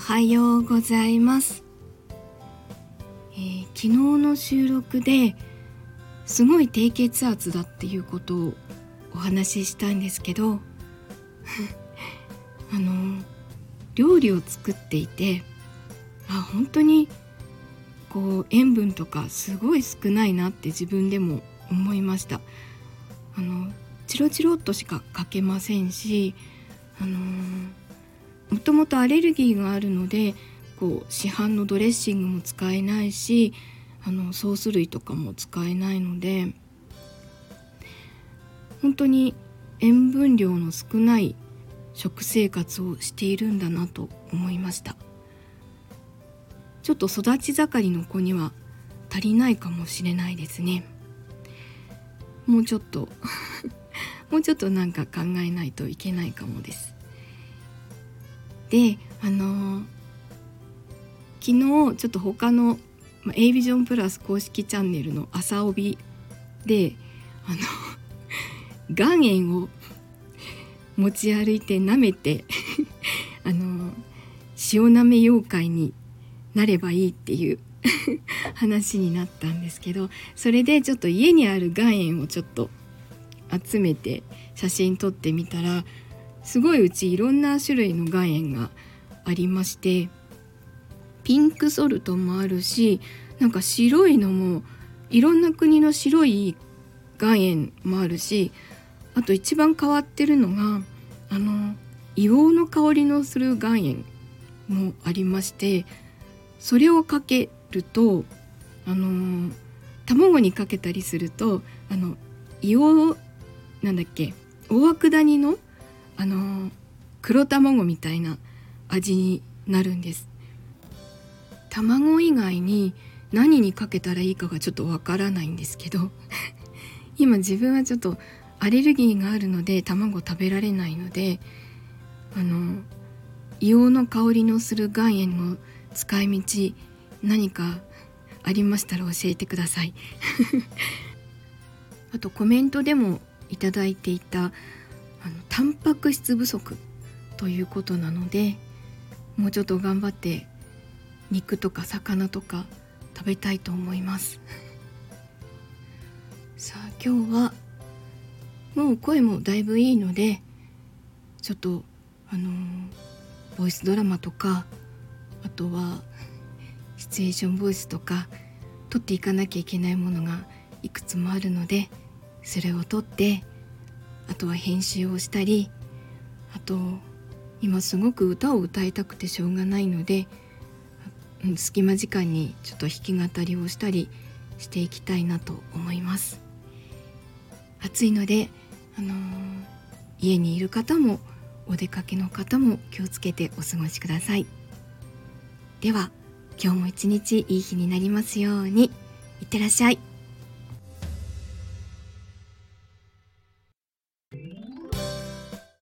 はようございます。昨日の収録ですごい低血圧だっていうことをお話ししたんですけど料理を作っていて本当に塩分とかすごい少ないなって自分でも思いました。チロチロっとしかかけませんし、もともとアレルギーがあるので市販のドレッシングも使えないしソース類とかも使えないので、本当に塩分量の少ない食生活をしているんだなと思いました。ちょっと育ち盛りの子には足りないかもしれないですね。もうちょっともうちょっとなんか考えないといけないかもです。で、昨日ちょっと他のA ビジョンプラス公式チャンネルの朝帯で岩塩を持ち歩いて舐めて塩なめ妖怪になればいいっていう話になったんですけど、それでちょっと家にある岩塩をちょっと集めて写真撮ってみたら、すごいうちいろんな種類の岩塩がありまして、ピンクソルトもあるし、なんか白いのもいろんな国の白い岩塩もあるし、あと一番変わってるのが硫黄の香りのする岩塩もありまして、それをかけると卵にかけたりすると硫黄大涌谷の黒卵みたいな味になるんです。卵以外に何にかけたらいいかがちょっとわからないんですけど今自分はちょっとアレルギーがあるので卵食べられないので、硫黄の香りのする岩塩の使い道何かありましたら教えてくださいあとコメントでもいただいていたタンパク質不足ということなので、もうちょっと頑張って肉とか魚とか食べたいと思いますさあ今日はもう声もだいぶいいので、ちょっとボイスドラマとか、あとはシチュエーションボイスとか撮っていかなきゃいけないものがいくつもあるので、それを撮って、あとは編集をしたり、あと今すごく歌を歌いたくてしょうがないので、隙間時間にちょっと弾き語りをしたりしていきたいなと思います。暑いので、家にいる方もお出かけの方も気をつけてお過ごしください。では今日も一日いい日になりますように。いってらっしゃい。